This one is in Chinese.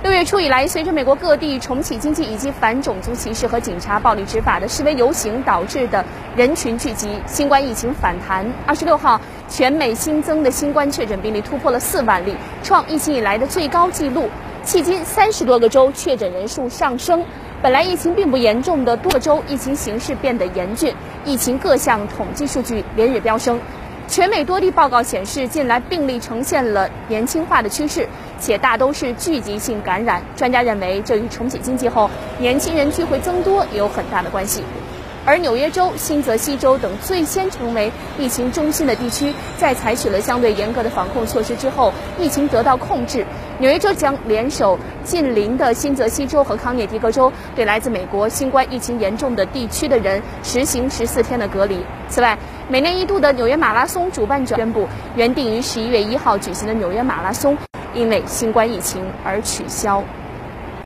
6月初以来，随着美国各地重启经济以及反种族歧视和警察暴力执法的示威游行导致的人群聚集，新冠疫情反弹。26号，全美新增的新冠确诊病例突破了4万例，创疫情以来的最高纪录。迄今30多个州确诊人数上升。本来疫情并不严重的多个州，疫情形势变得严峻，疫情各项统计数据连日飙升。全美多地报告显示，近来病例呈现了年轻化的趋势，且大都是聚集性感染。专家认为，这与重启经济后年轻人聚会增多也有很大的关系。而纽约州、新泽西州等最先成为疫情中心的地区，在采取了相对严格的防控措施之后，疫情得到控制。纽约州将联手近邻的新泽西州和康涅狄格州，对来自美国新冠疫情严重的地区的人实行14天的隔离。此外，每年一度的纽约马拉松主办者宣布，原定于11月1号举行的纽约马拉松，因为新冠疫情而取消。